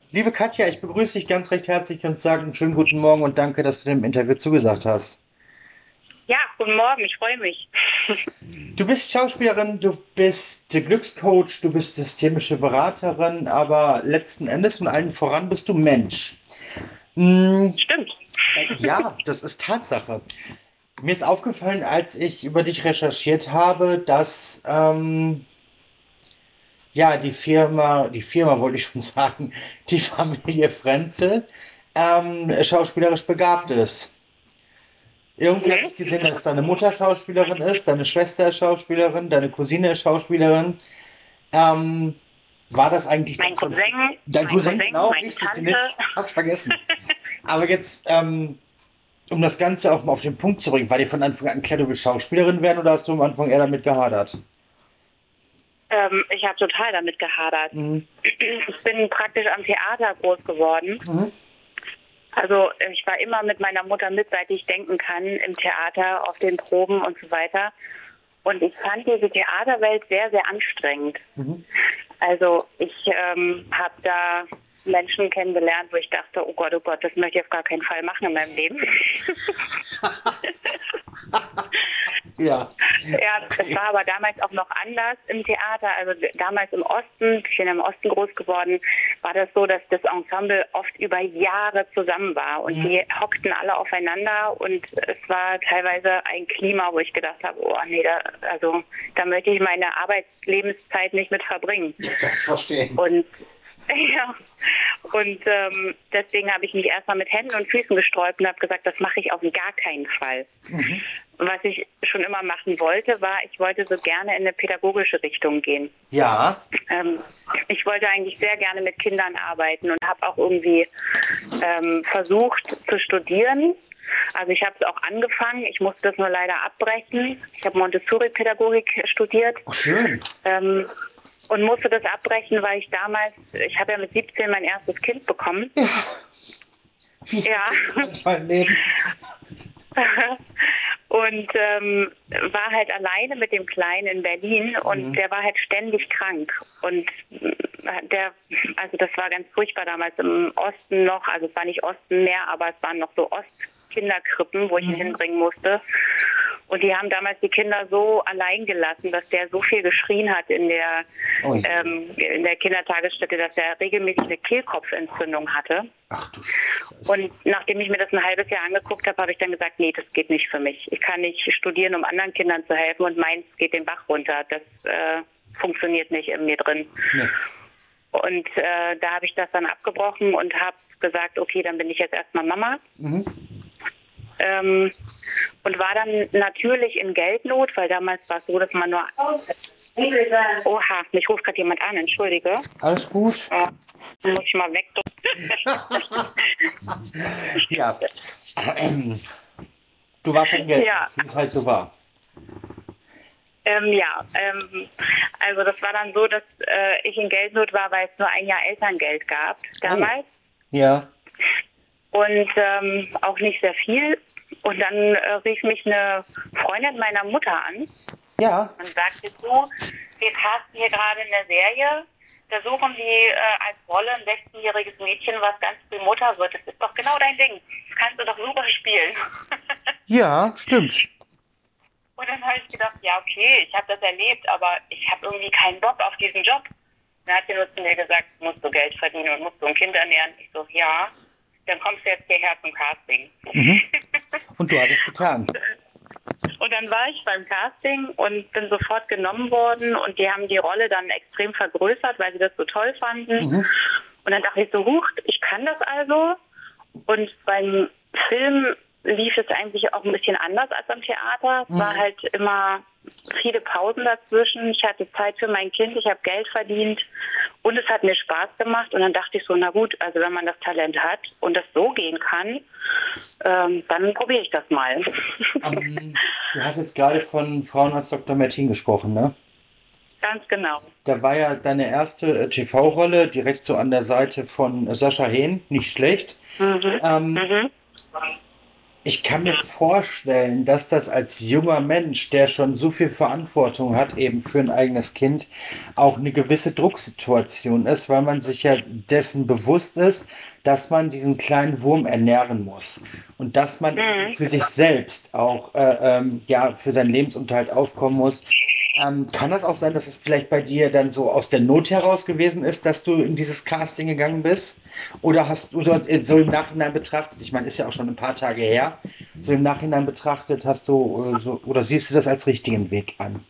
Liebe Katja, ich begrüße dich ganz recht herzlich und sage einen schönen guten Morgen und danke, dass du dem Interview zugesagt hast. Ja, guten Morgen, ich freue mich. Du bist Schauspielerin, du bist Glückscoach, du bist systemische Beraterin, aber letzten Endes und allen voran bist du Mensch. Mm, Stimmt. ja, das ist Tatsache. Mir ist aufgefallen, als ich über dich recherchiert habe, dass ja, die Firma wollte ich schon sagen, die Familie Frenzel schauspielerisch begabt ist. Irgendwie habe Mhm. ich gesehen, dass deine Mutter Schauspielerin ist, deine Schwester ist Schauspielerin, deine Cousine ist Schauspielerin. Ähm, war das eigentlich Mein schon Cousin, dein mein Cousin, Cousin, genau, meine richtig, den hätte Tante. ich fast vergessen. Aber jetzt, um das Ganze auch mal auf den Punkt zu bringen, war dir von Anfang an klar, du willst Schauspielerin werden oder hast du am Anfang eher damit gehadert? Ich habe total damit gehadert. Mhm. Ich bin praktisch am Theater groß geworden. Mhm. Also ich war immer mit meiner Mutter mit, seit ich denken kann, im Theater, auf den Proben und so weiter. Und ich fand diese Theaterwelt sehr, sehr anstrengend. Mhm. Also ich habe da Menschen kennengelernt, wo ich dachte, oh Gott, das möchte ich auf gar keinen Fall machen in meinem Leben. Ja. Ja, das Okay. war aber damals auch noch anders im Theater. Also damals im Osten, ich bin im Osten groß geworden, war das so, dass das Ensemble oft über Jahre zusammen war und Mhm. die hockten alle aufeinander und es war teilweise ein Klima, wo ich gedacht habe, oh nee, da möchte ich meine Arbeitslebenszeit nicht mit verbringen. Kann ich verstehen. Und ja, und deswegen habe ich mich erstmal mit Händen und Füßen gesträubt und habe gesagt, das mache ich auf gar keinen Fall. Mhm. Was ich schon immer machen wollte, war, ich wollte so gerne in eine pädagogische Richtung gehen. Ja. Ähm, Ich wollte eigentlich sehr gerne mit Kindern arbeiten und habe auch irgendwie versucht zu studieren. Also ich habe es auch angefangen, ich musste das nur leider abbrechen. Ich habe Montessori-Pädagogik studiert. Oh, schön. Und musste das abbrechen, weil ich habe ja mit 17 mein erstes Kind bekommen. Ja. Wie Ja. manchmal im Leben. Und war halt alleine mit dem Kleinen in Berlin und Mhm. der war halt ständig krank. Und also das war ganz furchtbar damals im Osten noch, also es war nicht Osten mehr, aber es waren noch so Ostkinderkrippen, wo ich ihn Mhm. hinbringen musste. Und die haben damals die Kinder so allein gelassen, dass der so viel geschrien hat Oh je. in der Kindertagesstätte, dass er regelmäßig eine Kehlkopfentzündung hatte. Ach du Scheiße. Und nachdem ich mir das ein halbes Jahr angeguckt habe, habe ich dann gesagt, nee, das geht nicht für mich. Ich kann nicht studieren, um anderen Kindern zu helfen und meins geht den Bach runter. Das funktioniert nicht in mir drin. Nee. Und da habe ich das dann abgebrochen und habe gesagt, okay, dann bin ich jetzt erstmal Mama. Mhm. Und war dann natürlich in Geldnot, weil damals war es so, dass man nur... Oha, mich ruft gerade jemand an, entschuldige. Alles gut. Muss ich mal weg. Ja. Du warst halt Geld, Ja. wie es halt so war. Also das war dann so, dass ich in Geldnot war, weil es nur ein Jahr Elterngeld gab damals Ja. und auch nicht sehr viel. Und dann rief mich eine Freundin meiner Mutter an Ja. und sagte, du, wir casten hier gerade eine Serie, da suchen die als Rolle ein 16-jähriges Mädchen, was ganz früh Mutter wird. Das ist doch genau dein Ding. Das kannst du doch super spielen. Ja, stimmt. Und dann habe ich gedacht, ja okay, ich habe das erlebt, aber ich habe irgendwie keinen Bock auf diesen Job. Dann hat sie nur zu mir gesagt, musst du Geld verdienen und musst du ein Kind ernähren. Ich so, ja, dann kommst du jetzt hierher zum Casting. Mhm. Und du hast es getan. Und dann war ich beim Casting und bin sofort genommen worden und die haben die Rolle dann extrem vergrößert, weil sie das so toll fanden. Mhm. Und dann dachte ich so, huch, ich kann das also. Und beim Film lief es eigentlich auch ein bisschen anders als am Theater. Es war halt immer viele Pausen dazwischen. Ich hatte Zeit für mein Kind, ich habe Geld verdient und es hat mir Spaß gemacht. Und dann dachte ich so, na gut, also wenn man das Talent hat und das so gehen kann, dann probiere ich das mal. Du hast jetzt gerade von Frauenarzt Dr. Mertin gesprochen, ne? Ganz genau. Da war ja deine erste TV-Rolle direkt so an der Seite von Sascha Hehn, nicht schlecht. Mhm. Ähm, Mhm. Ich kann mir vorstellen, dass das als junger Mensch, der schon so viel Verantwortung hat, eben für ein eigenes Kind, auch eine gewisse Drucksituation ist, weil man sich ja dessen bewusst ist, dass man diesen kleinen Wurm ernähren muss und dass man für sich selbst auch ja, für seinen Lebensunterhalt aufkommen muss. Kann das auch sein, dass es vielleicht bei dir dann so aus der Not heraus gewesen ist, dass du in dieses Casting gegangen bist? Oder hast du dort so im Nachhinein betrachtet, ich meine, ist ja auch schon ein paar Tage her, so im Nachhinein betrachtet, hast du so, oder siehst du das als richtigen Weg an?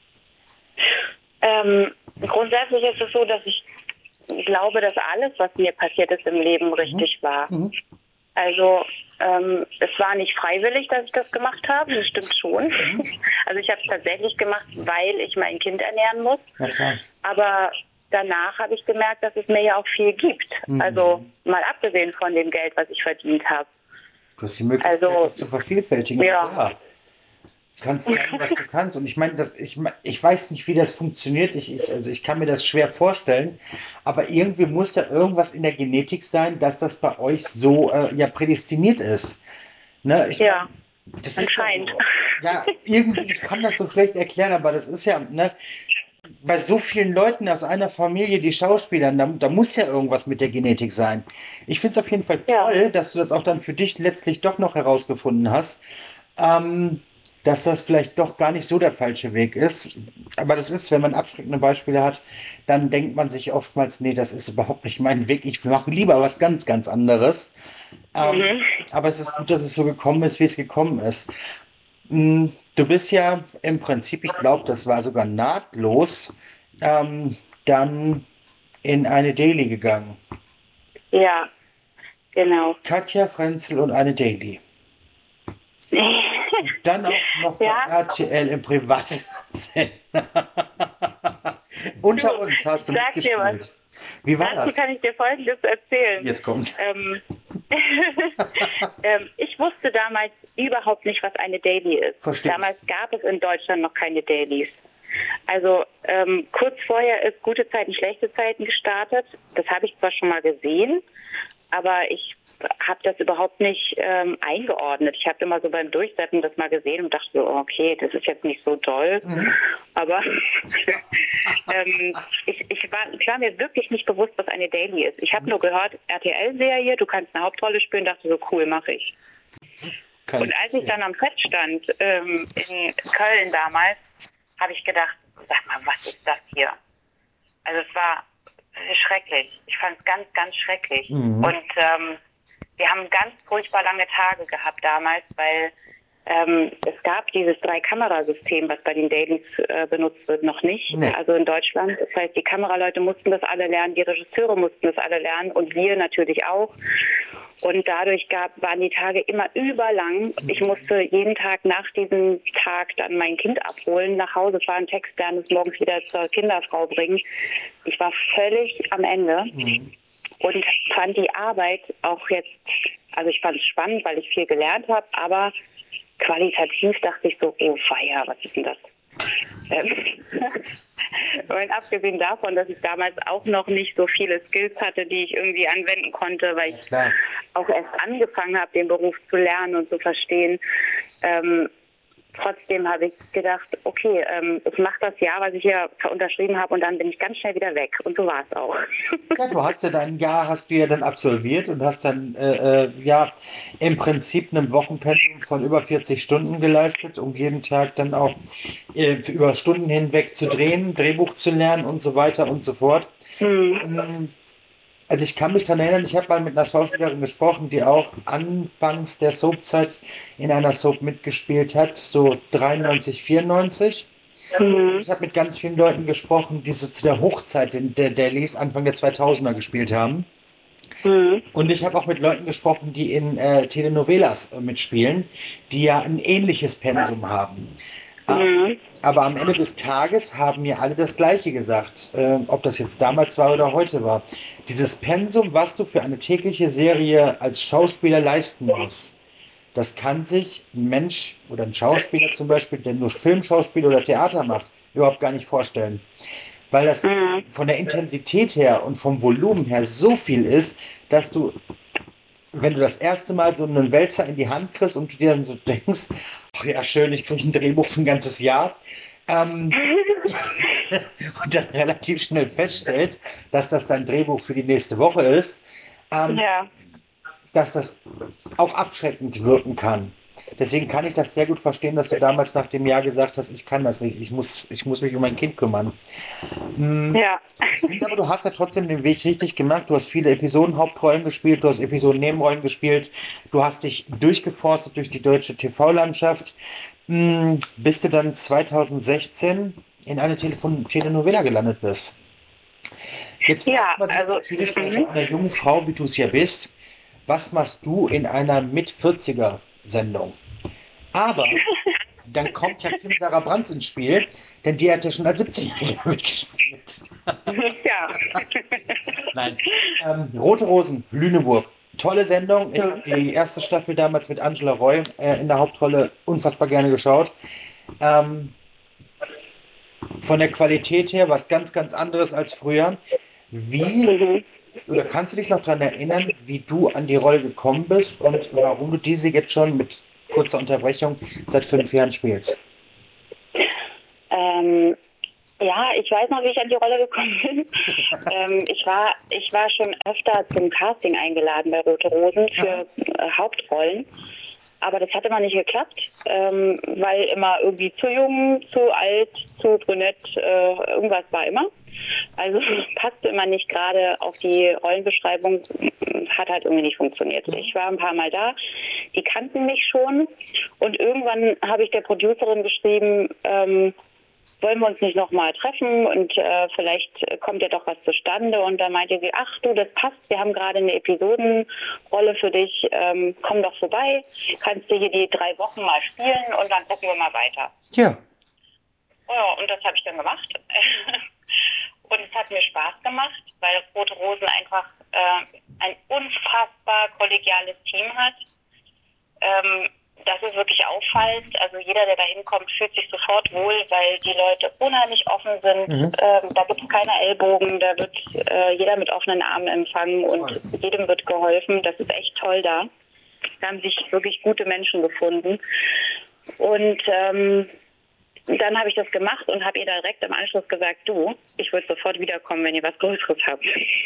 Grundsätzlich ist es so, dass ich glaube, dass alles, was mir passiert ist im Leben, richtig war. Also es war nicht freiwillig, dass ich das gemacht habe, das stimmt schon. Also ich habe es tatsächlich gemacht, weil ich mein Kind ernähren muss. Ja, klar. Aber danach habe ich gemerkt, dass es mir ja auch viel gibt. Also mal abgesehen von dem Geld, was ich verdient habe. Du hast die Möglichkeit, das zu vervielfältigen. Ja. Klar. Du kannst sagen, was du kannst. Und ich meine, ich weiß nicht, wie das funktioniert. Also ich kann mir das schwer vorstellen. Aber irgendwie muss da irgendwas in der Genetik sein, dass das bei euch so ja prädestiniert ist. Ne? Ja, das anscheinend. Ist ja, so, ja, irgendwie, ich kann das so schlecht erklären, aber das ist ja, ne, bei so vielen Leuten aus einer Familie, die Schauspielern, da muss ja irgendwas mit der Genetik sein. Ich finde es auf jeden Fall toll, dass du das auch dann für dich letztlich doch noch herausgefunden hast. Dass das vielleicht doch gar nicht so der falsche Weg ist. Aber das ist, wenn man abschreckende Beispiele hat, dann denkt man sich oftmals, nee, das ist überhaupt nicht mein Weg. Ich mache lieber was ganz, ganz anderes. Aber es ist gut, dass es so gekommen ist, wie es gekommen ist. Du bist ja im Prinzip, ich glaube, das war sogar nahtlos, dann in eine Daily gegangen. Ja, genau. Katja Frenzel und eine Daily. Dann auch noch bei RTL im Privatfernsehen. Unter uns hast du mitgespielt. Wie war das? Dazu kann ich dir Folgendes erzählen. Jetzt kommt's. Ich wusste damals überhaupt nicht, was eine Daily ist. Verstehe. Damals gab es in Deutschland noch keine Dailies. Also kurz vorher ist Gute Zeiten, Schlechte Zeiten gestartet. Das habe ich zwar schon mal gesehen, aber ich habe das überhaupt nicht eingeordnet. Ich habe immer so beim Durchsetzen das mal gesehen und dachte so, okay, das ist jetzt nicht so toll. Aber ich war mir wirklich nicht bewusst, was eine Daily ist. Ich habe nur gehört, RTL-Serie, du kannst eine Hauptrolle spielen, dachte so, cool, mache ich. Und als ich dann am Set stand, in Köln damals, habe ich gedacht, sag mal, was ist das hier? Also es war schrecklich. Ich fand es ganz, ganz schrecklich. Und wir haben ganz furchtbar lange Tage gehabt damals, weil es gab dieses 3-Kamera-System, was bei den Dailies benutzt wird, noch nicht. Nee. Also in Deutschland. Das heißt, die Kameraleute mussten das alle lernen, die Regisseure mussten das alle lernen und wir natürlich auch. Und dadurch waren die Tage immer überlang. Ich musste jeden Tag nach diesem Tag dann mein Kind abholen, nach Hause fahren, Text lernen, es morgens wieder zur Kinderfrau bringen. Ich war völlig am Ende. Und fand die Arbeit auch jetzt, also ich fand es spannend, weil ich viel gelernt habe, aber qualitativ dachte ich so, oh feier, was ist denn das? Und abgesehen davon, dass ich damals auch noch nicht so viele Skills hatte, die ich irgendwie anwenden konnte, weil ich auch erst angefangen habe, den Beruf zu lernen und zu verstehen, trotzdem habe ich gedacht, okay, ich mache das Jahr, was ich hier unterschrieben habe und dann bin ich ganz schnell wieder weg. Und so war es auch. Ja, du hast ja dein Jahr, hast du ja dann absolviert und hast dann ja im Prinzip einem Wochenpensum von über 40 Stunden geleistet, um jeden Tag dann auch über Stunden hinweg zu drehen, Drehbuch zu lernen und so weiter und so fort. Also ich kann mich daran erinnern, ich habe mal mit einer Schauspielerin gesprochen, die auch anfangs der Soapzeit in einer Soap mitgespielt hat, so 93, 94. Ich habe mit ganz vielen Leuten gesprochen, die so zu der Hochzeit der Dailies Anfang der 2000er gespielt haben. Und ich habe auch mit Leuten gesprochen, die in Telenovelas mitspielen, die ja ein ähnliches Pensum haben. Aber am Ende des Tages haben mir alle das Gleiche gesagt, ob das jetzt damals war oder heute war. Dieses Pensum, was du für eine tägliche Serie als Schauspieler leisten musst, das kann sich ein Mensch oder ein Schauspieler zum Beispiel, der nur Filmschauspiel oder Theater macht, überhaupt gar nicht vorstellen. Weil das von der Intensität her und vom Volumen her so viel ist, dass du wenn du das erste Mal so einen Wälzer in die Hand kriegst und du dir dann so denkst, ach ja, schön, ich kriege ein Drehbuch für ein ganzes Jahr. Und dann relativ schnell feststellst, dass das dein Drehbuch für die nächste Woche ist, Ja. dass das auch abschreckend wirken kann. Deswegen kann ich das sehr gut verstehen, dass du damals nach dem Jahr gesagt hast, ich kann das nicht, ich muss mich um mein Kind kümmern. Ja. Ich finde aber, du hast ja trotzdem den Weg richtig gemacht. Du hast viele Episoden-Hauptrollen gespielt, du hast Episoden-Nebenrollen gespielt, du hast dich durchgeforstet durch die deutsche TV-Landschaft. Bis du dann 2016 in eine Telenovela gelandet bist. Jetzt fragt man sich natürlich bei so einer jungen Frau, wie du es ja bist, was machst du in einer Mit-40er-Sendung? Aber dann kommt ja Kim Sarah Brandt ins Spiel, denn die hat ja schon als 17-Jährige mitgespielt. Ja. Nein. Rote Rosen, Lüneburg. Tolle Sendung. Ich habe die erste Staffel damals mit Angela Roy in der Hauptrolle unfassbar gerne geschaut. Von der Qualität her was ganz, ganz anderes als früher. Oder kannst du dich noch daran erinnern, wie du an die Rolle gekommen bist und warum du diese jetzt schon mit kurzer Unterbrechung seit 5 Jahren spielst? Ja, ich weiß noch, wie ich an die Rolle gekommen bin. Ich war schon öfter zum Casting eingeladen bei Rote Rosen für Hauptrollen. Aber das hat immer nicht geklappt, weil immer irgendwie zu jung, zu alt, zu brünett, irgendwas war immer. Also passte immer nicht gerade auf die Rollenbeschreibung, hat halt irgendwie nicht funktioniert. Ich war ein paar Mal da, die kannten mich schon und irgendwann habe ich der Producerin geschrieben, wollen wir uns nicht nochmal treffen und vielleicht kommt ja doch was zustande. Und dann meinte sie, ach du, das passt, wir haben gerade eine Episodenrolle für dich, komm doch vorbei, kannst du hier die 3 Wochen mal spielen und dann gucken wir mal weiter. Ja. Ja, und das habe ich dann gemacht. Und es hat mir Spaß gemacht, weil Rote Rosen einfach ein unfassbar kollegiales Team hat. Das ist wirklich auffallend. Also jeder, der da hinkommt, fühlt sich sofort wohl, weil die Leute unheimlich offen sind. Da gibt es keine Ellbogen, da wird jeder mit offenen Armen empfangen und jedem wird geholfen. Das ist echt toll da. Da haben sich wirklich gute Menschen gefunden. Und dann habe ich das gemacht und habe ihr direkt im Anschluss gesagt, du, ich würde sofort wiederkommen, wenn ihr was Größeres habt.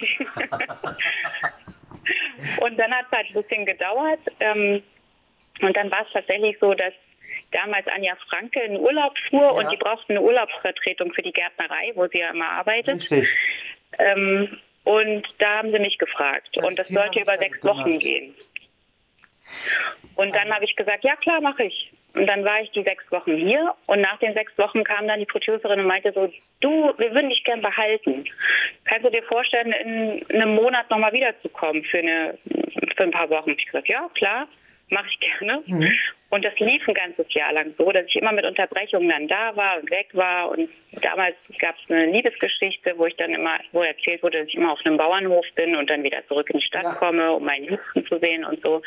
Und dann hat es halt ein bisschen gedauert. Und dann war es tatsächlich so, dass damals Anja Franke in Urlaub fuhr und die brauchten eine Urlaubsvertretung für die Gärtnerei, wo sie ja immer arbeitet. Richtig. Und da haben sie mich gefragt. Und das sollte über 6 Wochen gehen. Und dann habe ich gesagt, ja klar, mache ich. Und dann war ich die 6 Wochen hier und nach den 6 Wochen kam dann die Producerin und meinte so, du, wir würden dich gern behalten. Kannst du dir vorstellen, in einem Monat nochmal wiederzukommen für ein paar Wochen? Ich gesagt, ja klar, mache ich gerne. Und das lief ein ganzes Jahr lang so, dass ich immer mit Unterbrechungen dann da war und weg war. Und damals gab es eine Liebesgeschichte, wo erzählt wurde, dass ich immer auf einem Bauernhof bin und dann wieder zurück in die Stadt komme, um meinen Jüngsten zu sehen und so.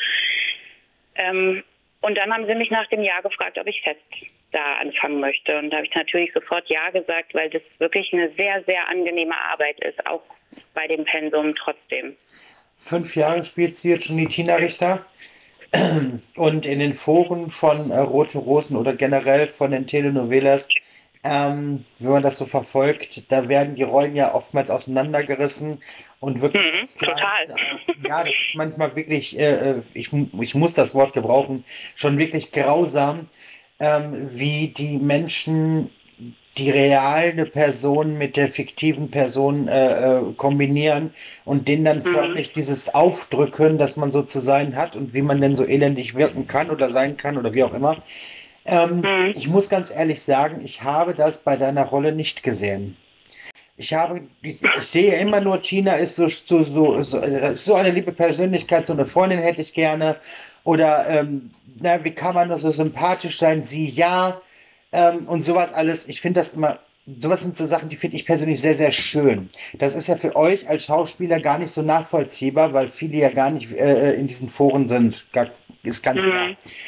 Und dann haben sie mich nach dem Jahr gefragt, ob ich fest da anfangen möchte. Und da habe ich natürlich sofort ja gesagt, weil das wirklich eine sehr, sehr angenehme Arbeit ist, auch bei dem Pensum trotzdem. 5 Jahre spielst du jetzt schon die Tina Richter. Und in den Foren von Rote Rosen oder generell von den Telenovelas, wenn man das so verfolgt, da werden die Rollen ja oftmals auseinandergerissen und wirklich total. Ja, das ist manchmal wirklich, ich muss das Wort gebrauchen, schon wirklich grausam, wie die Menschen die reale Person mit der fiktiven Person kombinieren und denen dann förmlich dieses Aufdrücken, dass man so zu sein hat und wie man denn so elendig wirken kann oder sein kann oder wie auch immer. Ich muss ganz ehrlich sagen, ich habe das bei deiner Rolle nicht gesehen. Ich sehe immer nur, Tina ist so eine liebe Persönlichkeit, so eine Freundin hätte ich gerne. Oder wie kann man nur so sympathisch sein? Sie ja. Und sowas alles. Ich finde das immer, sowas sind so Sachen, die finde ich persönlich sehr, sehr schön. Das ist ja für euch als Schauspieler gar nicht so nachvollziehbar, weil viele ja gar nicht in diesen Foren sind. Ist ganz klar.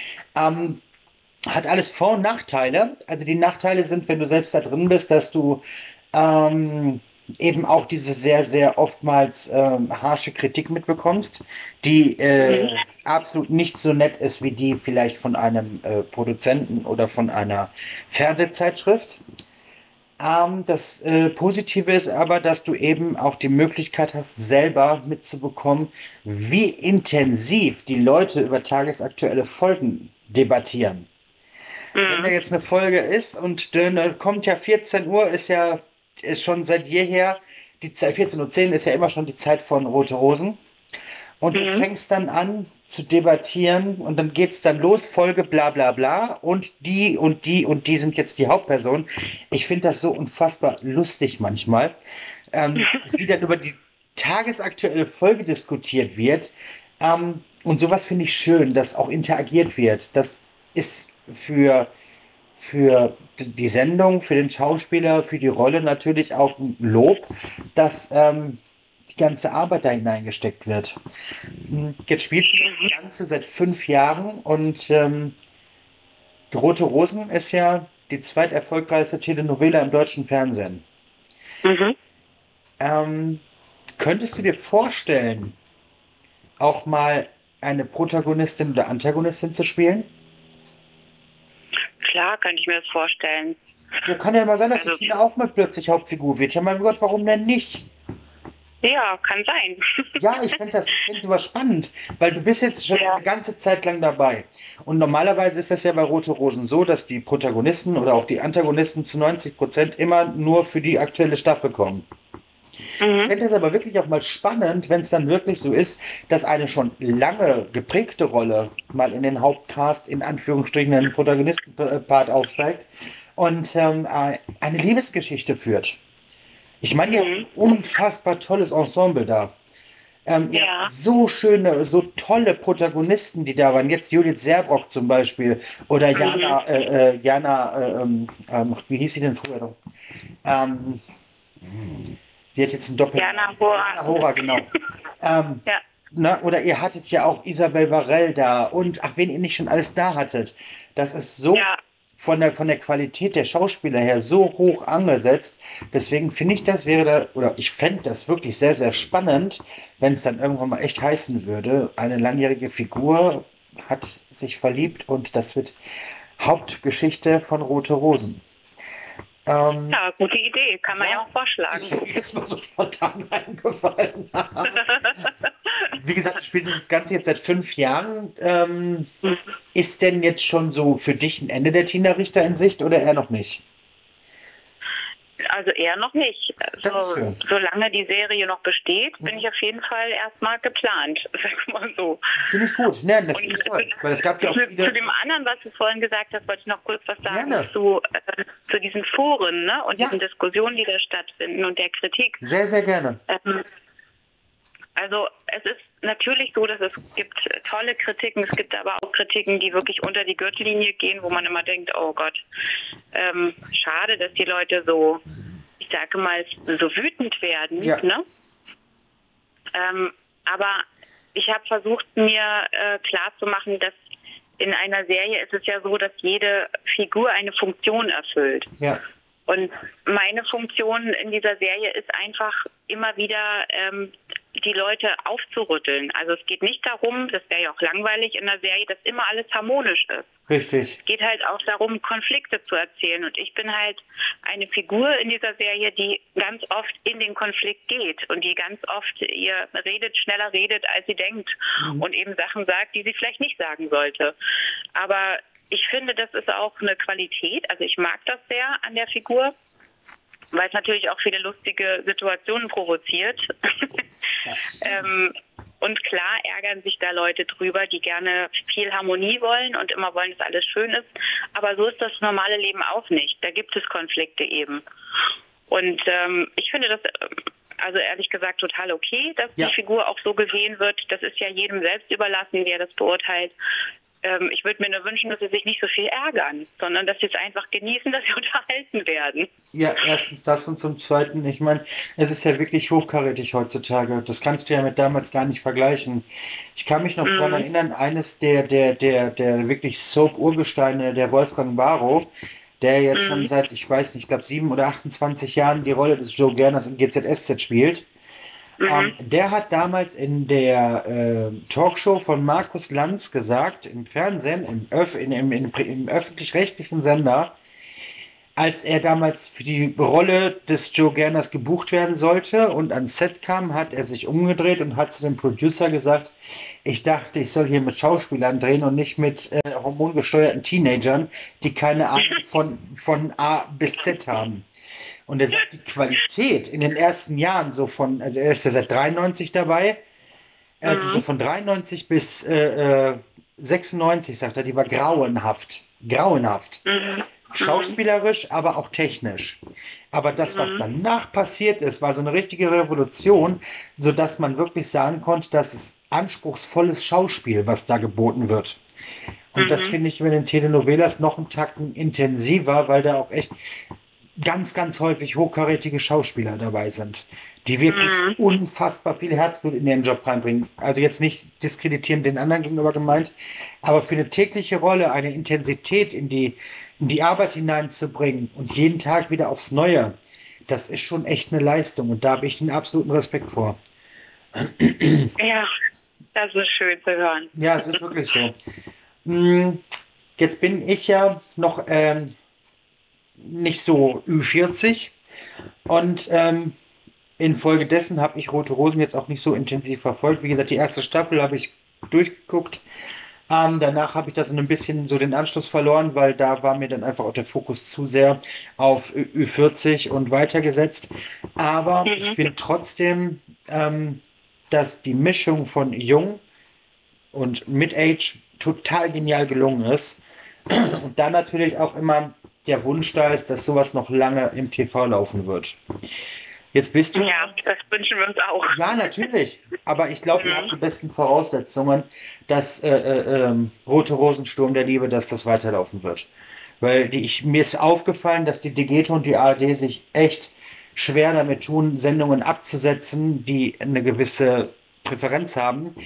Hat alles Vor- und Nachteile. Also die Nachteile sind, wenn du selbst da drin bist, dass du eben auch diese sehr, sehr oftmals harsche Kritik mitbekommst, die absolut nicht so nett ist wie die vielleicht von einem Produzenten oder von einer Fernsehzeitschrift. Das Positive ist aber, dass du eben auch die Möglichkeit hast, selber mitzubekommen, wie intensiv die Leute über tagesaktuelle Folgen debattieren. Wenn da jetzt eine Folge ist und dann kommt ja 14 Uhr, ist schon seit jeher, die Zeit, 14:10 Uhr ist ja immer schon die Zeit von Rote Rosen. Und du fängst dann an zu debattieren und dann geht's dann los, Folge bla bla bla und die und die und die sind jetzt die Hauptpersonen. Ich finde das so unfassbar lustig manchmal, wie dann über die tagesaktuelle Folge diskutiert wird. Und sowas finde ich schön, dass auch interagiert wird. Das ist für die Sendung, für den Schauspieler, für die Rolle natürlich auch ein Lob, dass die ganze Arbeit da hineingesteckt wird. Jetzt spielst du das Ganze seit 5 Jahren und Rote Rosen ist ja die zweiterfolgreichste Telenovela im deutschen Fernsehen. Mhm. Könntest du dir vorstellen, auch mal eine Protagonistin oder Antagonistin zu spielen? Klar, könnte ich mir das vorstellen. Ja, kann ja mal sein, dass die Also, Tina auch mal plötzlich Hauptfigur wird. Ja, mein Gott, warum denn nicht? ja, kann sein. Ja, ich finde sowas spannend, weil du bist jetzt schon Ja. eine ganze Zeit lang dabei. Und normalerweise ist das ja bei Rote Rosen so, dass die Protagonisten oder auch die Antagonisten zu 90% immer nur für die aktuelle Staffel kommen. Ich fände das aber wirklich auch mal spannend, wenn es dann wirklich so ist, dass eine schon lange geprägte Rolle mal in den Hauptcast, in Anführungsstrichen, einen Protagonistenpart aufsteigt und eine Liebesgeschichte führt. Ich meine, ihr habt ein unfassbar tolles Ensemble da. Ihr Ja. habt so schöne, so tolle Protagonisten, die da waren. Jetzt Judith Serbrock zum Beispiel. Oder wie hieß sie denn früher noch? Sie hat jetzt einen Doppelnamen. Jana Hora. Jana Hora, genau. Ja. Oder ihr hattet ja auch Isabel Varell da und ach, wen ihr nicht schon alles da hattet. Das ist so Ja. von der Qualität der Schauspieler her so hoch angesetzt. Deswegen finde ich ich fände das wirklich sehr, sehr spannend, wenn es dann irgendwann mal echt heißen würde, eine langjährige Figur hat sich verliebt und das wird Hauptgeschichte von Rote Rosen. Ja, gute Idee. Kann man ja auch vorschlagen. Ist mir so spontan eingefallen. Wie gesagt, du spielst das Ganze jetzt seit 5 Jahren. Ist denn jetzt schon so für dich ein Ende der Tina Richter in Sicht oder eher noch nicht? Also eher noch nicht. Das ist schön. Solange die Serie noch besteht, bin ich auf jeden Fall erstmal geplant, sag mal so. Finde ich gut. Ne, das finde ich toll. Weil es gab ja auch Zu viele. dem anderen, was du vorhin gesagt hast, wollte ich noch kurz was sagen Gerne. zu diesen Foren, ne, und Ja. diesen Diskussionen, die da stattfinden und der Kritik. Sehr, sehr gerne. Also es ist natürlich so, dass es gibt tolle Kritiken, es gibt aber auch Kritiken, die wirklich unter die Gürtellinie gehen, wo man immer denkt, oh Gott, schade, dass die Leute so, ich sage mal, so wütend werden. Ja. Ne? Aber ich habe versucht, mir klarzumachen, dass in einer Serie ist es ja so, dass jede Figur eine Funktion erfüllt. Ja. Und meine Funktion in dieser Serie ist einfach immer wieder die Leute aufzurütteln. Also es geht nicht darum, das wäre ja auch langweilig in der Serie, dass immer alles harmonisch ist. Richtig. Es geht halt auch darum, Konflikte zu erzählen. Und ich bin halt eine Figur in dieser Serie, die ganz oft in den Konflikt geht und die ganz oft schneller redet, als sie denkt und eben Sachen sagt, die sie vielleicht nicht sagen sollte. Aber ich finde, das ist auch eine Qualität. Also ich mag das sehr an der Figur, weil es natürlich auch viele lustige Situationen provoziert. Und klar ärgern sich da Leute drüber, die gerne viel Harmonie wollen und immer wollen, dass alles schön ist. Aber so ist das normale Leben auch nicht. Da gibt es Konflikte eben. Und ich finde das, also ehrlich gesagt, total okay, dass die Figur auch so gesehen wird. Das ist ja jedem selbst überlassen, wie er das beurteilt. Ich würde mir nur wünschen, dass sie sich nicht so viel ärgern, sondern dass sie es einfach genießen, dass sie unterhalten werden. Ja, erstens das und zum Zweiten, ich meine, es ist ja wirklich hochkarätig heutzutage. Das kannst du ja mit damals gar nicht vergleichen. Ich kann mich noch dran erinnern, eines der wirklich Soap-Urgesteine, der Wolfgang Barrow, der jetzt schon seit, ich weiß nicht, ich glaube 7 oder 28 Jahren die Rolle des Joe Gerners in GZSZ spielt. Der hat damals in der Talkshow von Markus Lanz gesagt, im Fernsehen, im öffentlich-rechtlichen Sender, als er damals für die Rolle des Joe Gerners gebucht werden sollte und ans Set kam, hat er sich umgedreht und hat zu dem Producer gesagt, ich dachte, ich soll hier mit Schauspielern drehen und nicht mit hormongesteuerten Teenagern, die keine Ahnung von A bis Z haben. Und er sagt, die Qualität in den ersten Jahren also er ist ja seit 93 dabei, also so von 93 bis 96, sagt er, die war grauenhaft. Grauenhaft. Schauspielerisch, aber auch technisch. Aber das, was danach passiert ist, war so eine richtige Revolution, sodass man wirklich sagen konnte, dass es anspruchsvolles Schauspiel, was da geboten wird. Und das finde ich mit den Telenovelas noch einen Tacken intensiver, weil da auch echt ganz, ganz häufig hochkarätige Schauspieler dabei sind, die wirklich unfassbar viel Herzblut in ihren Job reinbringen. Also jetzt nicht diskreditierend den anderen gegenüber gemeint, aber für eine tägliche Rolle eine Intensität in die Arbeit hineinzubringen und jeden Tag wieder aufs Neue, das ist schon echt eine Leistung und da habe ich den absoluten Respekt vor. Ja, das ist schön zu hören. Ja, es ist wirklich so. Jetzt bin ich ja noch nicht so Ü40 und infolgedessen habe ich Rote Rosen jetzt auch nicht so intensiv verfolgt. Wie gesagt, die erste Staffel habe ich durchgeguckt. Danach habe ich da so ein bisschen so den Anschluss verloren, weil da war mir dann einfach auch der Fokus zu sehr auf Ü40 und weitergesetzt. Aber ich finde trotzdem, dass die Mischung von Jung und Mid-Age total genial gelungen ist. Und dann natürlich auch immer der Wunsch da ist, dass sowas noch lange im TV laufen wird. Jetzt bist du... Ja, das wünschen wir uns auch. Ja, natürlich. Aber ich glaube, ihr habt die besten Voraussetzungen, dass Rote Rosensturm der Liebe, dass das weiterlaufen wird. Weil mir ist aufgefallen, dass die Digete und die ARD sich echt schwer damit tun, Sendungen abzusetzen, die eine gewisse Präferenz haben.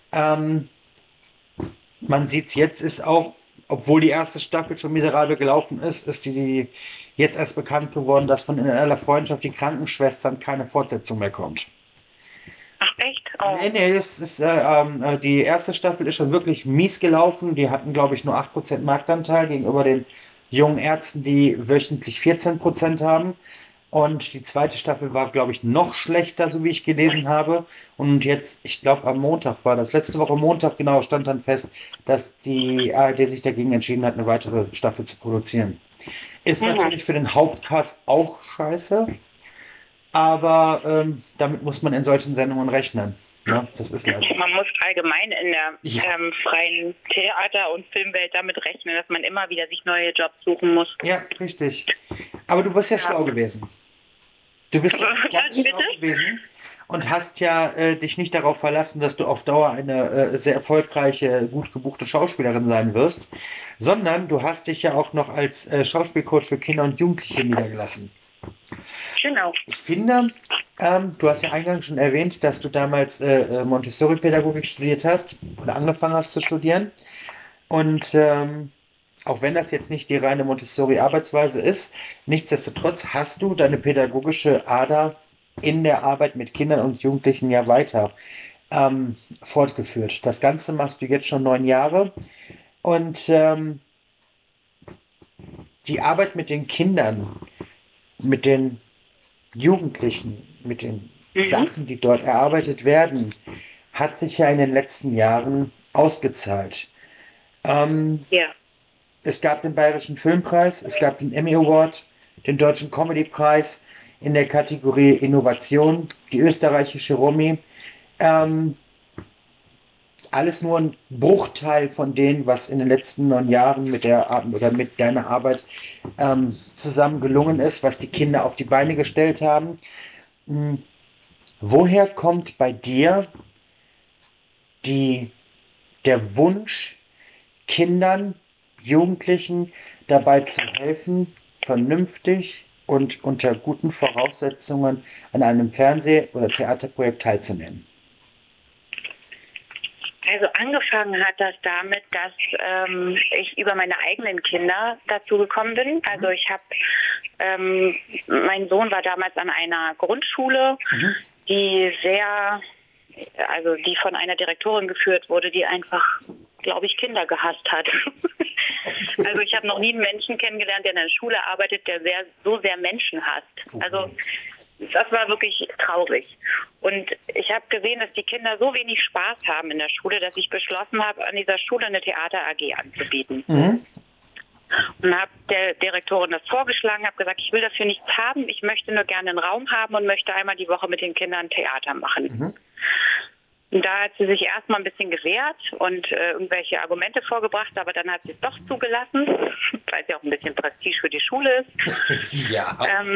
Man sieht es jetzt, ist auch, obwohl die erste Staffel schon miserabel gelaufen ist die jetzt erst bekannt geworden, dass von In aller Freundschaft die Krankenschwestern keine Fortsetzung mehr kommt. Ach echt? Oh. Nee, die erste Staffel ist schon wirklich mies gelaufen. Die hatten, glaube ich, nur 8% Marktanteil gegenüber den jungen Ärzten, die wöchentlich 14% haben. Und die zweite Staffel war, glaube ich, noch schlechter, so wie ich gelesen habe. Und jetzt, ich glaube, am Montag war das. Letzte Woche Montag, genau, stand dann fest, dass die ARD sich dagegen entschieden hat, eine weitere Staffel zu produzieren. Ist natürlich für den Hauptcast auch scheiße, aber damit muss man in solchen Sendungen rechnen. Ja, das ist leider. Man muss allgemein in der freien Theater- und Filmwelt damit rechnen, dass man immer wieder sich neue Jobs suchen muss. Ja, richtig. Aber du bist ja schlau gewesen. Du bist ja ganz schlau gewesen und hast ja dich nicht darauf verlassen, dass du auf Dauer eine sehr erfolgreiche, gut gebuchte Schauspielerin sein wirst, sondern du hast dich ja auch noch als Schauspielcoach für Kinder und Jugendliche niedergelassen. Genau. Ich finde, du hast ja eingangs schon erwähnt, dass du damals Montessori-Pädagogik studiert hast oder angefangen hast zu studieren. Und auch wenn das jetzt nicht die reine Montessori-Arbeitsweise ist, nichtsdestotrotz hast du deine pädagogische Ader in der Arbeit mit Kindern und Jugendlichen ja weiter fortgeführt. Das Ganze machst du jetzt schon 9 Jahre. Und die Arbeit mit den Kindern, mit den Jugendlichen, mit den Sachen, die dort erarbeitet werden, hat sich ja in den letzten Jahren ausgezahlt. Es gab den Bayerischen Filmpreis, es gab den Emmy Award, den Deutschen Comedy-Preis in der Kategorie Innovation, die österreichische Romy. Alles nur ein Bruchteil von dem, was in den letzten 9 Jahren mit deiner Arbeit zusammen gelungen ist, was die Kinder auf die Beine gestellt haben. Woher kommt bei dir der Wunsch, Kindern, Jugendlichen dabei zu helfen, vernünftig und unter guten Voraussetzungen an einem Fernseh- oder Theaterprojekt teilzunehmen? Also angefangen hat das damit, dass ich über meine eigenen Kinder dazu gekommen bin. Also ich habe, mein Sohn war damals an einer Grundschule, die die von einer Direktorin geführt wurde, die einfach, glaube ich, Kinder gehasst hat. Also ich habe noch nie einen Menschen kennengelernt, der in einer Schule arbeitet, der so sehr Menschen hasst. Also das war wirklich traurig. Und ich habe gesehen, dass die Kinder so wenig Spaß haben in der Schule, dass ich beschlossen habe, an dieser Schule eine Theater-AG anzubieten. Und habe der Direktorin das vorgeschlagen, habe gesagt, ich will dafür nichts haben, ich möchte nur gerne einen Raum haben und möchte einmal die Woche mit den Kindern Theater machen. Und da hat sie sich erstmal ein bisschen gewehrt und irgendwelche Argumente vorgebracht, aber dann hat sie es doch zugelassen, weil sie auch ein bisschen Prestige für die Schule ist. Ja.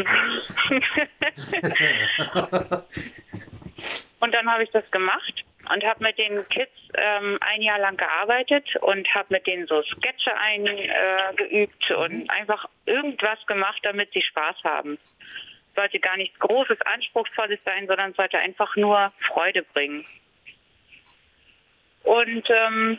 Und dann habe ich das gemacht und habe mit den Kids ein Jahr lang gearbeitet und habe mit denen so Sketche eingeübt und einfach irgendwas gemacht, damit sie Spaß haben. Es sollte gar nichts Großes, Anspruchsvolles sein, sondern es sollte einfach nur Freude bringen. Und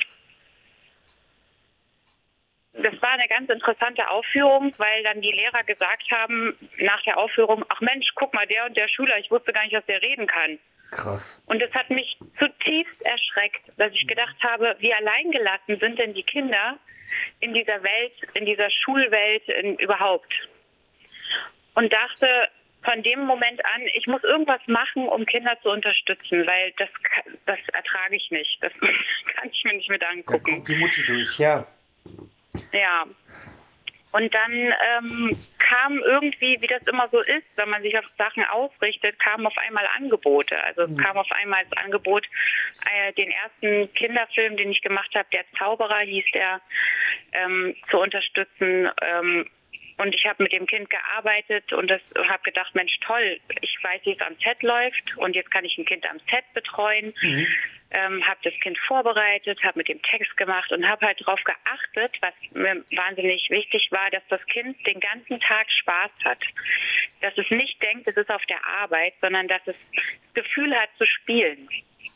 das war eine ganz interessante Aufführung, weil dann die Lehrer gesagt haben nach der Aufführung, ach Mensch, guck mal, der und der Schüler, ich wusste gar nicht, dass der reden kann. Krass. Und das hat mich zutiefst erschreckt, dass ich gedacht habe, wie alleingelassen sind denn die Kinder in dieser Welt, in dieser Schulwelt überhaupt. Und dachte von dem Moment an, ich muss irgendwas machen, um Kinder zu unterstützen, weil das ertrage ich nicht. Das kann ich mir nicht mit angucken. Da kommt die Mutti durch, ja. Ja. Und dann kam irgendwie, wie das immer so ist, wenn man sich auf Sachen ausrichtet, kamen auf einmal Angebote. Also es kam auf einmal das Angebot, den ersten Kinderfilm, den ich gemacht habe, Der Zauberer hieß der, zu unterstützen. Und ich habe mit dem Kind gearbeitet und habe gedacht, Mensch, toll, ich weiß, wie es am Set läuft und jetzt kann ich ein Kind am Set betreuen. Habe das Kind vorbereitet, habe mit dem Text gemacht und habe halt darauf geachtet, was mir wahnsinnig wichtig war, dass das Kind den ganzen Tag Spaß hat. Dass es nicht denkt, es ist auf der Arbeit, sondern dass es das Gefühl hat zu spielen.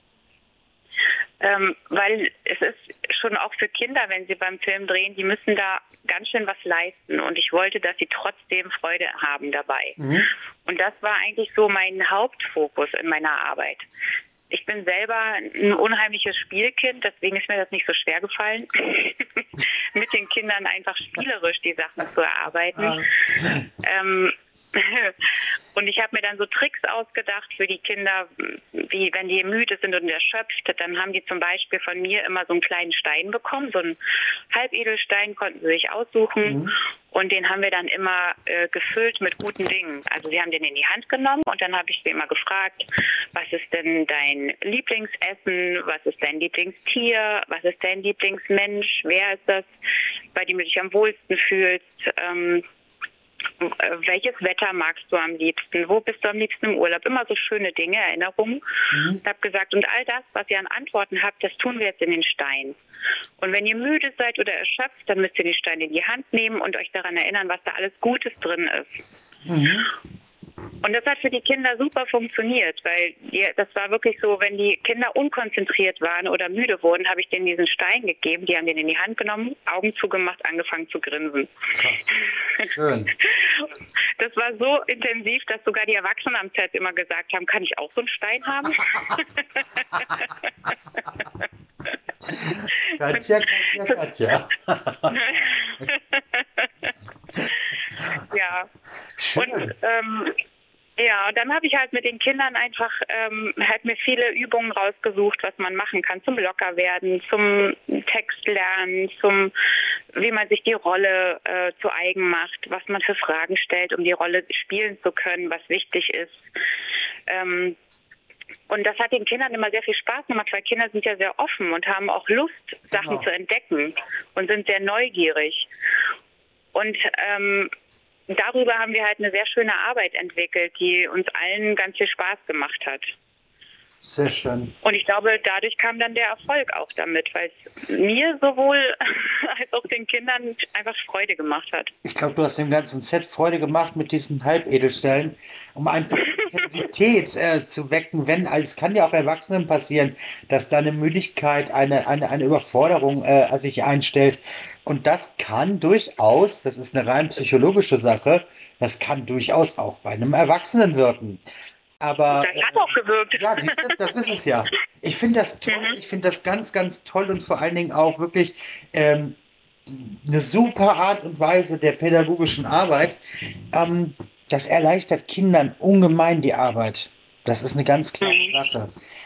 Weil es ist schon auch für Kinder, wenn sie beim Film drehen, die müssen da ganz schön was leisten. Und ich wollte, dass sie trotzdem Freude haben dabei. Und das war eigentlich so mein Hauptfokus in meiner Arbeit. Ich bin selber ein unheimliches Spielkind, deswegen ist mir das nicht so schwer gefallen, mit den Kindern einfach spielerisch die Sachen zu erarbeiten. Und ich habe mir dann so Tricks ausgedacht für die Kinder, wie wenn die müde sind und erschöpft, dann haben die zum Beispiel von mir immer so einen kleinen Stein bekommen, so einen Halbedelstein konnten sie sich aussuchen und den haben wir dann immer gefüllt mit guten Dingen. Also sie haben den in die Hand genommen und dann habe ich sie immer gefragt, was ist denn dein Lieblingsessen, was ist dein Lieblingstier, was ist dein Lieblingsmensch, wer ist das, bei dem du dich am wohlsten fühlst, welches Wetter magst du am liebsten? Wo bist du am liebsten im Urlaub? Immer so schöne Dinge, Erinnerungen. Ich habe gesagt, und all das, was ihr an Antworten habt, das tun wir jetzt in den Stein. Und wenn ihr müde seid oder erschöpft, dann müsst ihr den Stein in die Hand nehmen und euch daran erinnern, was da alles Gutes drin ist. Und das hat für die Kinder super funktioniert, weil das war wirklich so, wenn die Kinder unkonzentriert waren oder müde wurden, habe ich denen diesen Stein gegeben, die haben den in die Hand genommen, Augen zugemacht, angefangen zu grinsen. Krass. Schön. Das war so intensiv, dass sogar die Erwachsenen am Set immer gesagt haben, kann ich auch so einen Stein haben? Katja. Ja. Schön. Und ja, dann habe ich halt mit den Kindern einfach halt mir viele Übungen rausgesucht, was man machen kann zum Lockerwerden, zum Text lernen, wie man sich die Rolle zu eigen macht, was man für Fragen stellt, um die Rolle spielen zu können, was wichtig ist. Und das hat den Kindern immer sehr viel Spaß gemacht, weil Kinder sind ja sehr offen und haben auch Lust, Sachen zu entdecken und sind sehr neugierig. Und darüber haben wir halt eine sehr schöne Arbeit entwickelt, die uns allen ganz viel Spaß gemacht hat. Sehr schön. Und ich glaube, dadurch kam dann der Erfolg auch damit, weil es mir sowohl als auch den Kindern einfach Freude gemacht hat. Ich glaube, du hast dem ganzen Set Freude gemacht mit diesen Halbedelsteinen, um einfach Intensität zu wecken, wenn, also es kann ja auch Erwachsenen passieren, dass da eine Müdigkeit, eine Überforderung sich einstellt. Und das kann durchaus, das ist eine rein psychologische Sache, das kann durchaus auch bei einem Erwachsenen wirken. Aber Das hat auch gewirkt. ja, siehst du, das ist es ja. Ich finde das toll, ich finde das ganz, ganz toll und vor allen Dingen auch wirklich eine super Art und Weise der pädagogischen Arbeit. Das erleichtert Kindern ungemein die Arbeit. Das ist eine ganz klare Sache.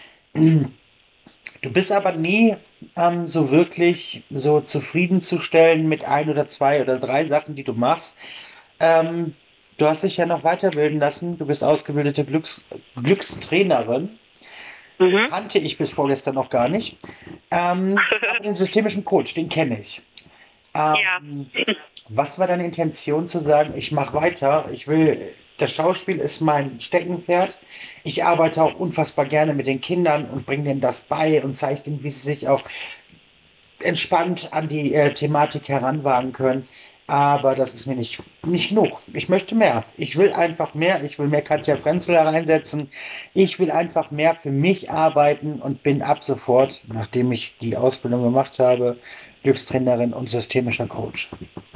Du bist aber nie so wirklich so zufriedenzustellen mit ein oder zwei oder drei Sachen, die du machst. Du hast dich ja noch weiterbilden lassen. Du bist ausgebildete Glückstrainerin. Kannte ich bis vorgestern noch gar nicht. Aber den systemischen Coach, den kenne ich. Ja. Was war deine Intention zu sagen, ich mache weiter, das Schauspiel ist mein Steckenpferd. Ich arbeite auch unfassbar gerne mit den Kindern und bringe denen das bei und zeige denen, wie sie sich auch entspannt an die Thematik heranwagen können. Aber das ist mir nicht genug. Ich möchte mehr. Ich will einfach mehr. Ich will mehr Katja Frenzel reinsetzen. Ich will einfach mehr für mich arbeiten und bin ab sofort, nachdem ich die Ausbildung gemacht habe, Glückstrainerin und systemischer Coach.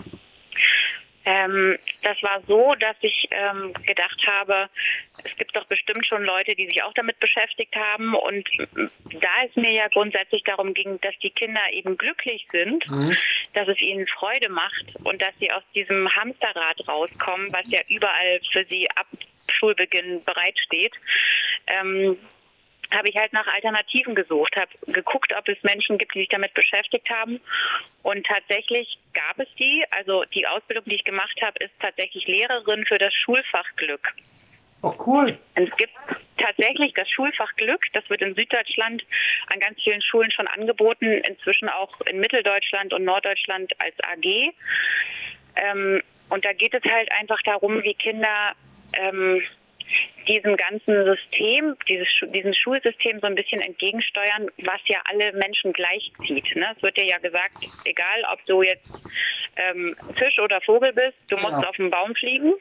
Das war so, dass ich gedacht habe, es gibt doch bestimmt schon Leute, die sich auch damit beschäftigt haben. Und da es mir ja grundsätzlich darum ging, dass die Kinder eben glücklich sind, dass es ihnen Freude macht und dass sie aus diesem Hamsterrad rauskommen, was ja überall für sie ab Schulbeginn bereitsteht, habe ich halt nach Alternativen gesucht, habe geguckt, ob es Menschen gibt, die sich damit beschäftigt haben. Und tatsächlich gab es die. Also die Ausbildung, die ich gemacht habe, ist tatsächlich Lehrerin für das Schulfach Glück. Oh, cool. Und es gibt tatsächlich das Schulfach Glück. Das wird in Süddeutschland an ganz vielen Schulen schon angeboten, inzwischen auch in Mitteldeutschland und Norddeutschland als AG. Und da geht es halt einfach darum, wie Kinder diesem ganzen System, diesem Schulsystem so ein bisschen entgegensteuern, was ja alle Menschen gleichzieht. Ne? Es wird dir ja gesagt, egal ob du jetzt Fisch oder Vogel bist, du musst auf den Baum fliegen.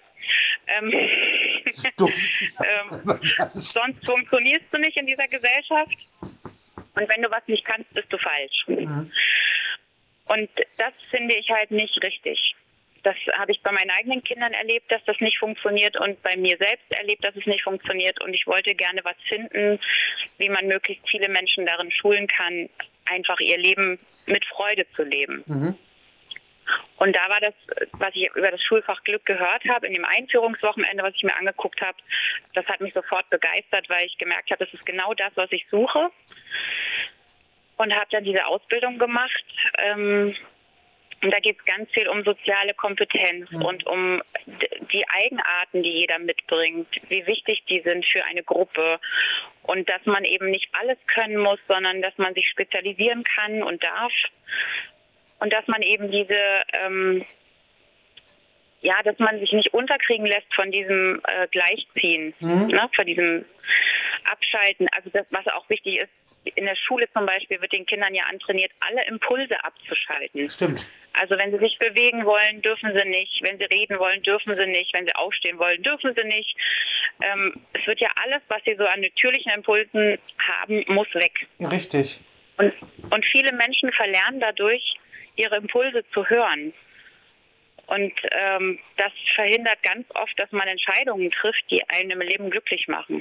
Sonst funktionierst du nicht in dieser Gesellschaft. Und wenn du was nicht kannst, bist du falsch. Und das finde ich halt nicht richtig. Das habe ich bei meinen eigenen Kindern erlebt, dass das nicht funktioniert und bei mir selbst erlebt, dass es nicht funktioniert. Und ich wollte gerne was finden, wie man möglichst viele Menschen darin schulen kann, einfach ihr Leben mit Freude zu leben. Und da war das, was ich über das Schulfach Glück gehört habe, in dem Einführungswochenende, was ich mir angeguckt habe, das hat mich sofort begeistert, weil ich gemerkt habe, das ist genau das, was ich suche. Und habe dann diese Ausbildung gemacht. Und da geht es ganz viel um soziale Kompetenz und um die Eigenarten, die jeder mitbringt, wie wichtig die sind für eine Gruppe und dass man eben nicht alles können muss, sondern dass man sich spezialisieren kann und darf und dass man eben dass man sich nicht unterkriegen lässt von diesem Gleichziehen, ne, von diesem Abschalten. Also das, was auch wichtig ist, in der Schule zum Beispiel wird den Kindern ja antrainiert, alle Impulse abzuschalten. Stimmt. Also wenn sie sich bewegen wollen, dürfen sie nicht. Wenn sie reden wollen, dürfen sie nicht. Wenn sie aufstehen wollen, dürfen sie nicht. Es wird ja alles, was sie so an natürlichen Impulsen haben, muss weg. Richtig. Und viele Menschen verlernen dadurch, ihre Impulse zu hören. Und das verhindert ganz oft, dass man Entscheidungen trifft, die einen im Leben glücklich machen.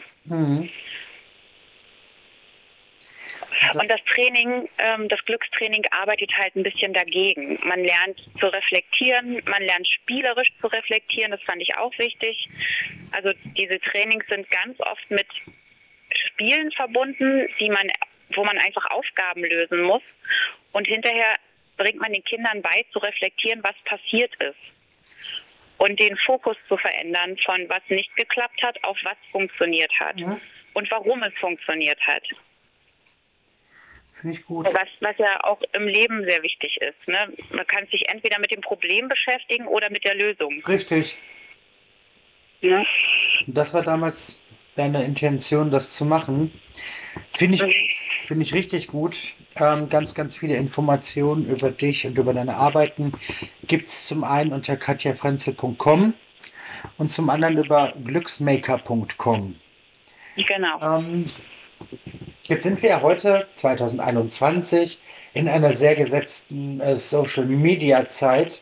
Und das Training, das Glückstraining arbeitet halt ein bisschen dagegen. Man lernt zu reflektieren, man lernt spielerisch zu reflektieren, das fand ich auch wichtig. Also diese Trainings sind ganz oft mit Spielen verbunden, wo man einfach Aufgaben lösen muss. Und hinterher bringt man den Kindern bei, zu reflektieren, was passiert ist. Und den Fokus zu verändern von was nicht geklappt hat, auf was funktioniert hat. Und warum es funktioniert hat. Finde ich gut. Was ja auch im Leben sehr wichtig ist. Ne? Man kann sich entweder mit dem Problem beschäftigen oder mit der Lösung. Richtig. Ja. Das war damals deine Intention, das zu machen. Finde ich richtig gut. Ganz, ganz viele Informationen über dich und über deine Arbeiten gibt es zum einen unter katjafrenzel.com und zum anderen über glücksmaker.com. Genau. Jetzt sind wir ja heute, 2021, in einer sehr gesetzten Social-Media-Zeit,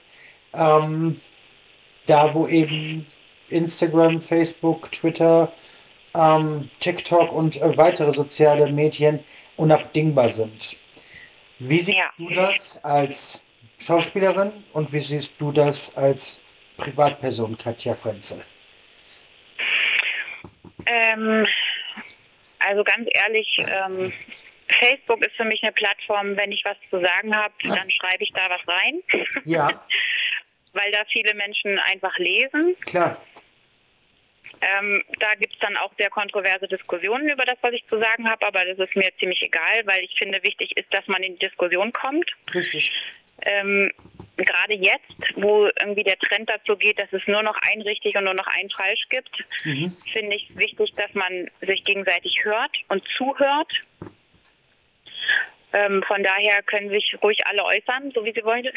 da wo eben Instagram, Facebook, Twitter, TikTok und weitere soziale Medien unabdingbar sind. Wie siehst du das als Schauspielerin und wie siehst du das als Privatperson, Katja Frenzel? Also ganz ehrlich, Facebook ist für mich eine Plattform, wenn ich was zu sagen habe, dann schreibe ich da was rein. Ja. Weil da viele Menschen einfach lesen. Klar. Da gibt es dann auch sehr kontroverse Diskussionen über das, was ich zu sagen habe, aber das ist mir ziemlich egal, weil ich finde, wichtig ist, dass man in die Diskussion kommt. Richtig. Gerade jetzt, wo irgendwie der Trend dazu geht, dass es nur noch ein richtig und nur noch ein falsch gibt, finde ich es wichtig, dass man sich gegenseitig hört und zuhört. Von daher können sich ruhig alle äußern, so wie sie wollen.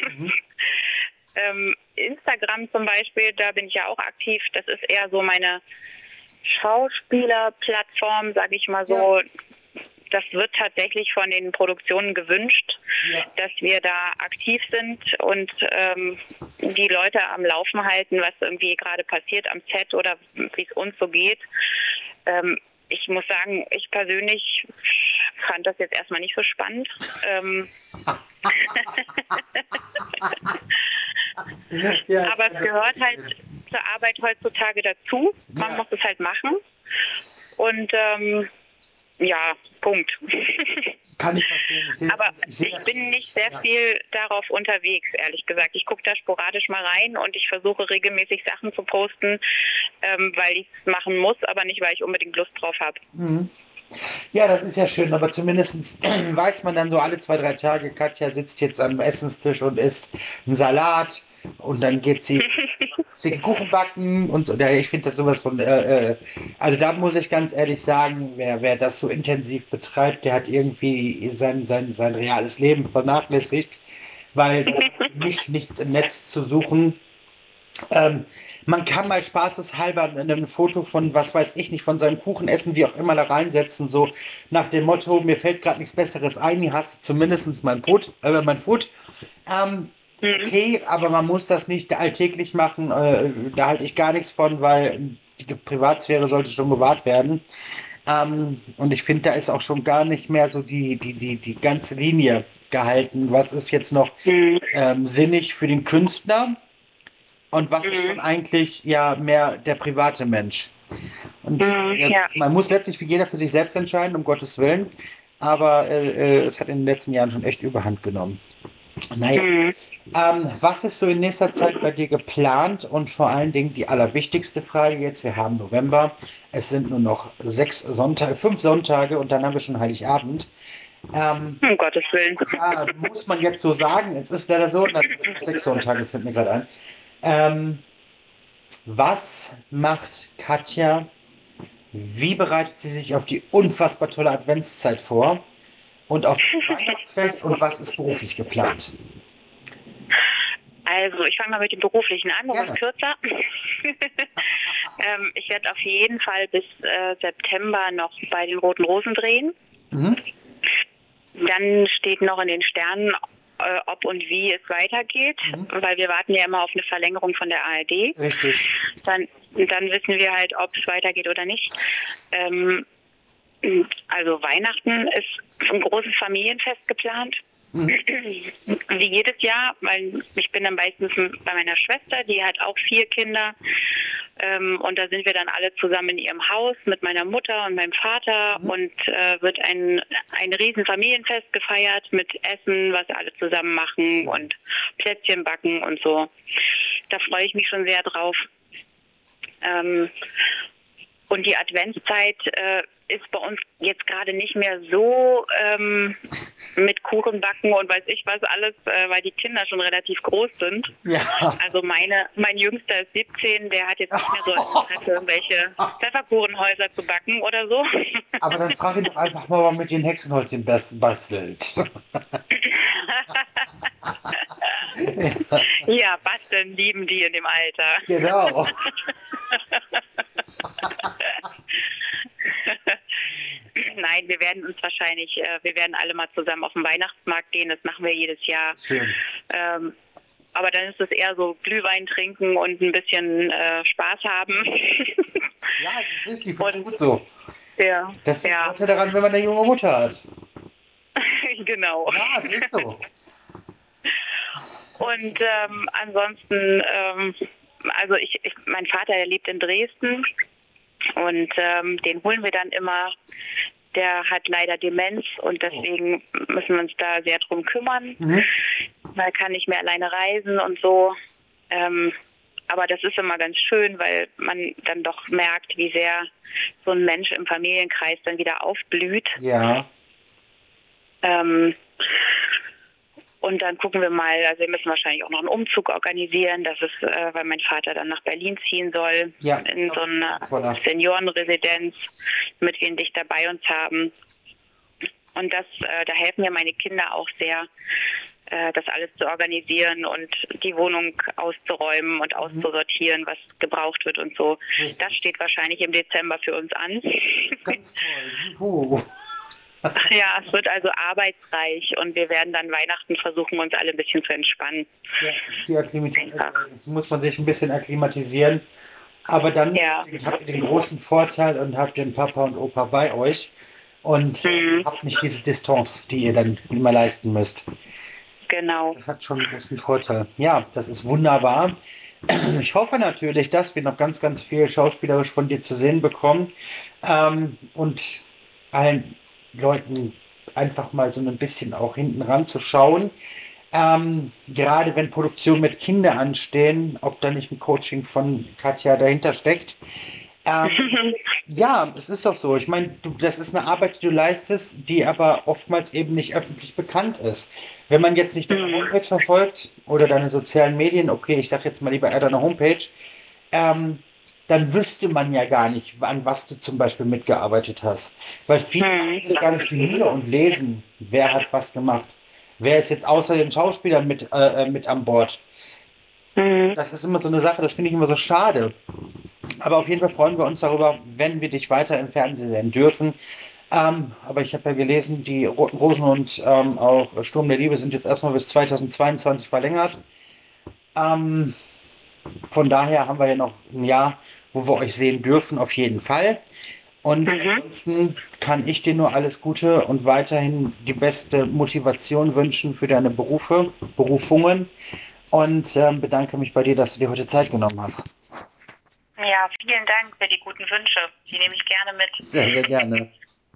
Instagram zum Beispiel, da bin ich ja auch aktiv. Das ist eher so meine Schauspielerplattform, sage ich mal so. Ja. Das wird tatsächlich von den Produktionen gewünscht, dass wir da aktiv sind und die Leute am Laufen halten, was irgendwie gerade passiert am Set oder wie es uns so geht. Ich muss sagen, ich persönlich fand das jetzt erstmal nicht so spannend. Aber es gehört halt zur Arbeit heutzutage dazu. Man muss es halt machen. Und ja, Punkt. Kann ich verstehen. Aber ich bin nicht sehr viel darauf unterwegs, ehrlich gesagt. Ich gucke da sporadisch mal rein und ich versuche regelmäßig Sachen zu posten, weil ich es machen muss, aber nicht, weil ich unbedingt Lust drauf habe. Ja, das ist ja schön, aber zumindest weiß man dann so alle 2, 3 Tage, Katja sitzt jetzt am Essenstisch und isst einen Salat und dann geht sie den Kuchen backen und so. Ich finde das sowas von, also da muss ich ganz ehrlich sagen, wer das so intensiv betreibt, der hat irgendwie sein reales Leben vernachlässigt, weil das hat nichts im Netz zu suchen. Man kann mal spaßeshalber ein Foto von, was weiß ich nicht, von seinem Kuchen essen, wie auch immer, da reinsetzen, so nach dem Motto, mir fällt gerade nichts Besseres ein, hier hast du zumindest mein Food. Okay, aber man muss das nicht alltäglich machen, da halte ich gar nichts von, weil die Privatsphäre sollte schon gewahrt werden. Und ich finde, da ist auch schon gar nicht mehr so die ganze Linie gehalten. Was ist jetzt noch sinnig für den Künstler? Und was ist schon eigentlich ja mehr der private Mensch? Und man muss letztlich für jeder für sich selbst entscheiden, um Gottes Willen. Aber es hat in den letzten Jahren schon echt Überhand genommen. Naja. Was ist so in nächster Zeit bei dir geplant? Und vor allen Dingen die allerwichtigste Frage jetzt, wir haben November, es sind nur noch 5 Sonntage und dann haben wir schon Heiligabend. Um Gottes Willen. Ja, muss man jetzt so sagen. Es ist leider so, 6 Sonntage fällt mir gerade ein. Was macht Katja? Wie bereitet sie sich auf die unfassbar tolle Adventszeit vor? Und auf das Weihnachtsfest und was ist beruflich geplant? Also, ich fange mal mit dem Beruflichen an, das ist kürzer. Ich werde auf jeden Fall bis September noch bei den Roten Rosen drehen. Dann steht noch in den Sternen, ob und wie es weitergeht, weil wir warten ja immer auf eine Verlängerung von der ARD. Richtig. Dann wissen wir halt, ob es weitergeht oder nicht. Also Weihnachten ist ein großes Familienfest geplant. Wie jedes Jahr, weil ich bin dann meistens bei meiner Schwester, die hat auch 4 Kinder. Und da sind wir dann alle zusammen in ihrem Haus mit meiner Mutter und meinem Vater und wird ein riesen Familienfest gefeiert mit Essen, was alle zusammen machen und Plätzchen backen und so. Da freue ich mich schon sehr drauf. Und die Adventszeit ist bei uns jetzt gerade nicht mehr so mit Kuchen backen und weiß ich was alles, weil die Kinder schon relativ groß sind. Ja. Also mein Jüngster ist 17, der hat jetzt nicht mehr so Interesse, irgendwelche Pfefferkuchenhäuser zu backen oder so. Aber dann frag ihn doch einfach mal, ob er mit den Hexenhäuschen bastelt. Ja, basteln lieben die in dem Alter. Genau. Nein, wir werden alle mal zusammen auf den Weihnachtsmarkt gehen, das machen wir jedes Jahr. Schön. Aber dann ist es eher so Glühwein trinken und ein bisschen Spaß haben. Ja, es ist richtig, finde ich gut so. Ja. Das ist der Vorteil daran, wenn man eine junge Mutter hat. Genau. Ja, es ist so. Und ansonsten, also mein Vater, der lebt in Dresden und den holen wir dann immer. Der hat leider Demenz und deswegen müssen wir uns da sehr drum kümmern. Man kann nicht mehr alleine reisen und so. Aber das ist immer ganz schön, weil man dann doch merkt, wie sehr so ein Mensch im Familienkreis dann wieder aufblüht. Ja. Und dann gucken wir mal, also wir müssen wahrscheinlich auch noch einen Umzug organisieren, weil mein Vater dann nach Berlin ziehen soll, in so eine Seniorenresidenz, damit wir ihn dichter bei uns haben. Und da helfen mir meine Kinder auch sehr, das alles zu organisieren und die Wohnung auszuräumen und auszusortieren, was gebraucht wird und so. Richtig. Das steht wahrscheinlich im Dezember für uns an. Ganz toll. Juhu. Ja, es wird also arbeitsreich und wir werden dann Weihnachten versuchen, uns alle ein bisschen zu entspannen. Ja, muss man sich ein bisschen akklimatisieren. Aber dann habt ihr den großen Vorteil und habt den Papa und Opa bei euch und habt nicht diese Distanz, die ihr dann immer leisten müsst. Genau. Das hat schon einen großen Vorteil. Ja, das ist wunderbar. Ich hoffe natürlich, dass wir noch ganz, ganz viel schauspielerisch von dir zu sehen bekommen und allen Leuten einfach mal so ein bisschen auch hinten ran zu schauen. Gerade wenn Produktionen mit Kindern anstehen, ob da nicht ein Coaching von Katja dahinter steckt. Ja, es ist doch so. Ich meine, das ist eine Arbeit, die du leistest, die aber oftmals eben nicht öffentlich bekannt ist. Wenn man jetzt nicht deine Homepage verfolgt oder deine sozialen Medien, okay, ich sage jetzt mal lieber eher deine Homepage, dann wüsste man ja gar nicht, an was du zum Beispiel mitgearbeitet hast. Weil viele machen sich gar nicht die Mühe und lesen, wer hat was gemacht. Wer ist jetzt außer den Schauspielern mit an Bord. Das ist immer so eine Sache, das finde ich immer so schade. Aber auf jeden Fall freuen wir uns darüber, wenn wir dich weiter im Fernsehen sehen dürfen. Aber ich habe ja gelesen, die Roten Rosen und auch Sturm der Liebe sind jetzt erstmal bis 2022 verlängert. Von daher haben wir ja noch ein Jahr, wo wir euch sehen dürfen, auf jeden Fall. Und ansonsten kann ich dir nur alles Gute und weiterhin die beste Motivation wünschen für deine Berufungen. Und bedanke mich bei dir, dass du dir heute Zeit genommen hast. Ja, vielen Dank für die guten Wünsche. Die nehme ich gerne mit. Sehr, sehr gerne.